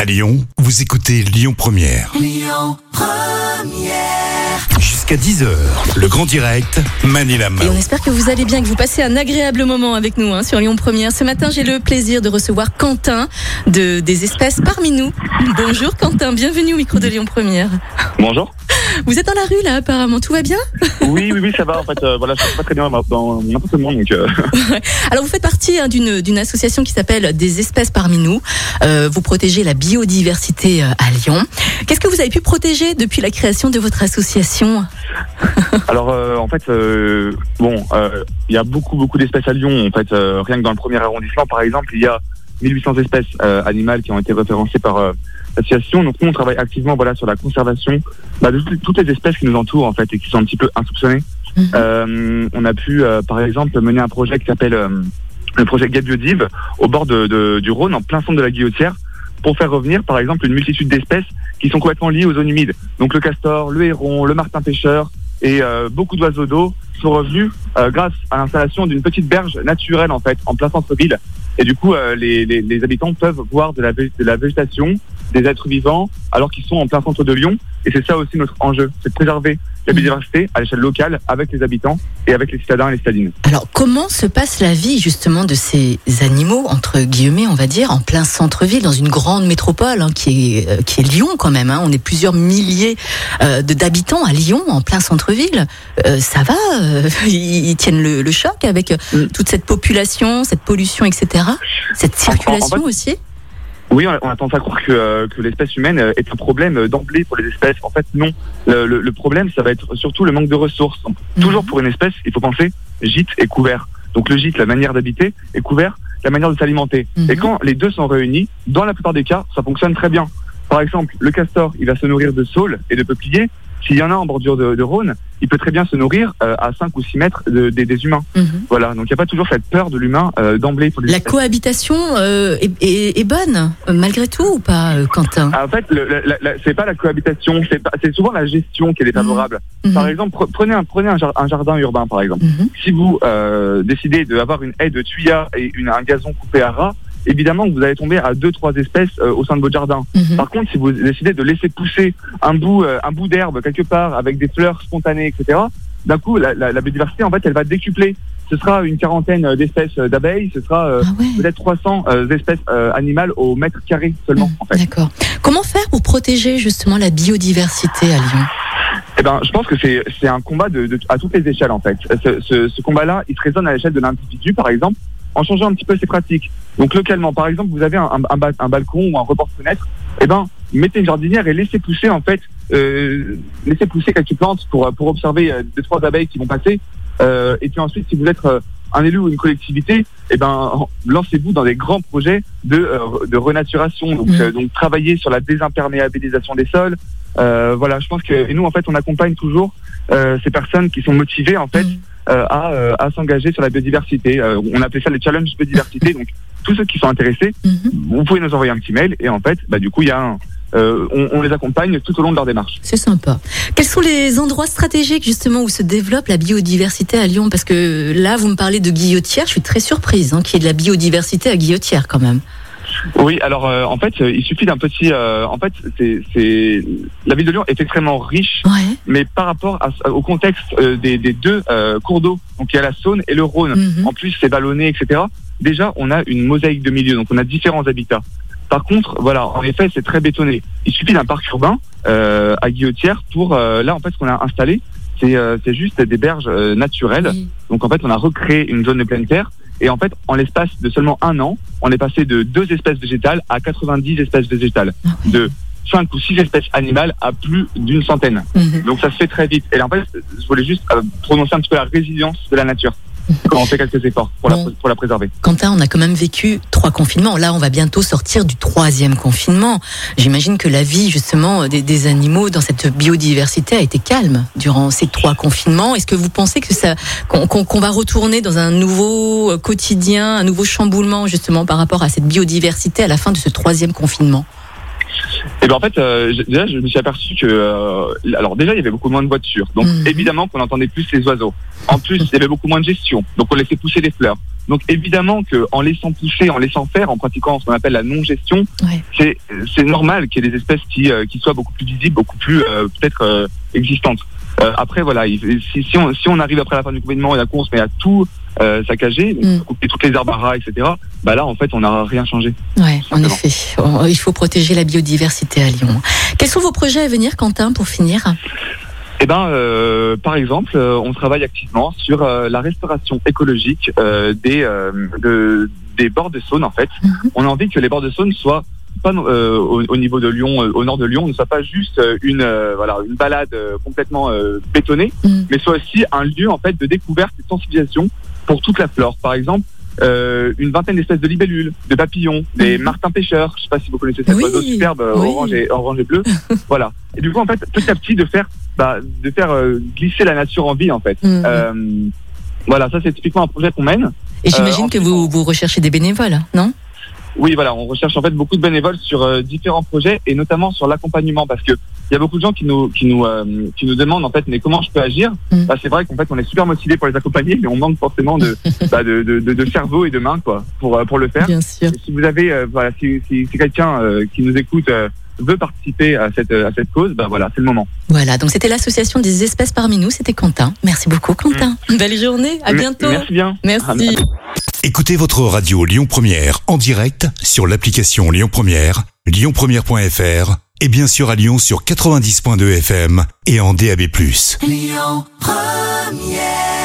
À Lyon, vous écoutez Lyon Première. Lyon Première. Jusqu'à 10h, le grand direct, Manila Mao. Et on espère que vous allez bien, que vous passez un agréable moment avec nous sur Lyon Première. Ce matin, j'ai le plaisir de recevoir Quentin des Espèces parmi nous. Bonjour Quentin, bienvenue au micro de Lyon Première. Bonjour. Vous êtes dans la rue là apparemment, tout va bien ? Oui, ça va en fait. Voilà, je suis pas très bien dans n'importe monde donc. Alors vous faites partie d'une association qui s'appelle Des Espèces parmi nous. Vous protégez la biodiversité à Lyon. Qu'est-ce que vous avez pu protéger depuis la création de votre association ? Alors en fait, il y a beaucoup d'espèces à Lyon. En fait, rien que dans le premier arrondissement, par exemple, il y a 1800 espèces animales qui ont été référencées par l'association. Donc nous, on travaille activement sur la conservation de toutes les espèces qui nous entourent en fait et qui sont un petit peu insoupçonnées. On a pu, par exemple, mener un projet qui s'appelle le projet GetBiodiv au bord du Rhône, en plein centre de la Guillotière, pour faire revenir, par exemple, une multitude d'espèces qui sont complètement liées aux zones humides. Donc le castor, le héron, le martin pêcheur et beaucoup d'oiseaux d'eau sont revenus grâce à l'installation d'une petite berge naturelle en fait, en plein centre-ville. Et du coup, les habitants peuvent voir de la végétation, des êtres vivants, alors qu'ils sont en plein centre de Lyon. Et c'est ça aussi notre enjeu, c'est de préserver la biodiversité à l'échelle locale avec les habitants et avec les citadins et les citadines. Alors, comment se passe la vie justement de ces animaux, entre guillemets, on va dire, en plein centre-ville, dans une grande métropole qui est Lyon quand même. On est plusieurs milliers d'habitants à Lyon, en plein centre-ville. Ça va ils tiennent le choc avec toute cette population, cette pollution, etc. Cette circulation en fait, aussi. Oui, on a tendance à croire que l'espèce humaine est un problème d'emblée pour les espèces. En fait, non. Le problème, ça va être surtout le manque de ressources. Donc, toujours pour une espèce, il faut penser gîte et couvert. Donc le gîte, la manière d'habiter, et couvert, la manière de s'alimenter. Et quand les deux sont réunis, dans la plupart des cas, ça fonctionne très bien. Par exemple, le castor, il va se nourrir de saules et de peupliers. S'il y en a en bordure de Rhône, il peut très bien se nourrir à 5 ou 6 mètres des humains. Voilà, donc il n'y a pas toujours cette peur de l'humain d'emblée. Pour les espèces. Cohabitation est bonne, malgré tout, ou pas, Quentin ? En fait, c'est pas la cohabitation, c'est souvent la gestion qui est défavorable. Par exemple, prenez un jardin urbain, par exemple. Si vous décidez d'avoir une haie de tuyas et un gazon coupé à ras, évidemment que vous allez tomber à 2-3 espèces au sein de votre jardin. Par contre, si vous décidez de laisser pousser un bout d'herbe quelque part avec des fleurs spontanées, etc., d'un coup, la biodiversité, en fait, elle va décupler. Ce sera une quarantaine d'espèces d'abeilles, ce sera peut-être 300 espèces animales au mètre carré seulement, en fait. D'accord. Comment faire pour protéger justement la biodiversité à Lyon ? Eh ben, je pense que c'est un combat à toutes les échelles, en fait. Ce combat-là, il se résonne à l'échelle de l'individu, par exemple, en changeant un petit peu ses pratiques. Donc localement, par exemple, vous avez un balcon ou un rebord-fenêtre, mettez une jardinière et laissez pousser quelques plantes pour observer 2-3 abeilles qui vont passer. Et puis ensuite, si vous êtes un élu ou une collectivité, lancez-vous dans des grands projets de renaturation. Donc travaillez sur la désimperméabilisation des sols. Voilà, je pense que et nous en fait on accompagne toujours ces personnes qui sont motivées en fait à s'engager sur la biodiversité. On appelle ça les challenges biodiversité. Donc tous ceux qui sont intéressés, vous pouvez nous envoyer un petit mail et en fait du coup il y a on les accompagne tout au long de leur démarche. C'est sympa. Quels sont les endroits stratégiques justement où se développe la biodiversité à Lyon ? Parce que là vous me parlez de Guillotière, je suis très surprise qu'il y ait de la biodiversité à Guillotière quand même. Oui, alors en fait, il suffit d'un petit. En fait, c'est la ville de Lyon est extrêmement riche, mais par rapport au contexte des deux cours d'eau, donc il y a la Saône et le Rhône. En plus, c'est vallonné, etc. Déjà, on a une mosaïque de milieux, donc on a différents habitats. Par contre, voilà, en effet, c'est très bétonné. Il suffit d'un parc urbain à Guillotière pour là, en fait, ce qu'on a installé, c'est juste des berges naturelles. Donc en fait, on a recréé une zone de pleine terre. Et en fait, en l'espace de seulement 1 an, on est passé de 2 espèces végétales à 90 espèces végétales. De 5 ou 6 espèces animales à plus d'une centaine. Donc ça se fait très vite. Et là, en fait, je voulais juste prononcer un petit peu la résilience de la nature. Quand on fait quelques efforts pour la préserver. Quentin, on a quand même vécu 3 confinements. Là, on va bientôt sortir du 3e confinement. J'imagine que la vie, justement, des animaux dans cette biodiversité a été calme durant ces 3 confinements. Est-ce que vous pensez que qu'on va retourner dans un nouveau quotidien, un nouveau chamboulement, justement, par rapport à cette biodiversité à la fin de ce 3e confinement ? Et ben en fait, déjà, je me suis aperçu que, alors déjà, il y avait beaucoup moins de voitures, donc évidemment qu'on entendait plus les oiseaux. En plus, il y avait beaucoup moins de gestion, donc on laissait pousser des fleurs. Donc évidemment qu'en laissant pousser, en laissant faire, en pratiquant ce qu'on appelle la non-gestion, c'est normal qu'il y ait des espèces qui soient beaucoup plus visibles, beaucoup plus peut-être existantes. Après voilà, si on arrive après la fin du confinement et d'un coup on se met à tout saccager, couper toutes les arbres à ras, etc. Bah là en fait on n'a rien changé. Ouais, en effet, il faut protéger la biodiversité à Lyon. Quels sont vos projets à venir, Quentin, pour finir ? Eh ben, par exemple, on travaille activement sur la restauration écologique des bords de Saône en fait. On a envie que les bords de Saône soient pas au niveau de Lyon, au nord de Lyon, ne soit pas juste une balade complètement bétonnée, mais soit aussi un lieu en fait de découverte et de sensibilisation pour toute la flore. Par exemple, une vingtaine d'espèces de libellules, de papillons, des martins pêcheurs. Je sais pas si vous connaissez cet oiseau superbe, orange et bleu. Voilà. Et du coup, en fait, petit à petit, de faire glisser la nature en vie, en fait. Voilà, ça c'est typiquement un projet qu'on mène. Et j'imagine que vous recherchez des bénévoles, non ? Oui, voilà, on recherche en fait beaucoup de bénévoles sur différents projets et notamment sur l'accompagnement parce que il y a beaucoup de gens qui nous demandent en fait mais comment je peux agir. Bah, c'est vrai qu'en fait on est super motivés pour les accompagner mais on manque forcément de cerveau et de main quoi pour le faire. Bien sûr. Et si vous avez si quelqu'un qui nous écoute veut participer à cette cause, bah voilà, c'est le moment. Voilà, donc c'était l'association des espèces parmi nous, c'était Quentin. Merci beaucoup Quentin. Belle journée, à bientôt. Merci bien. Merci. Écoutez votre radio Lyon Première en direct sur l'application Lyon Première, lyonpremière.fr et bien sûr à Lyon sur 90.2 FM et en DAB+. Lyon Première.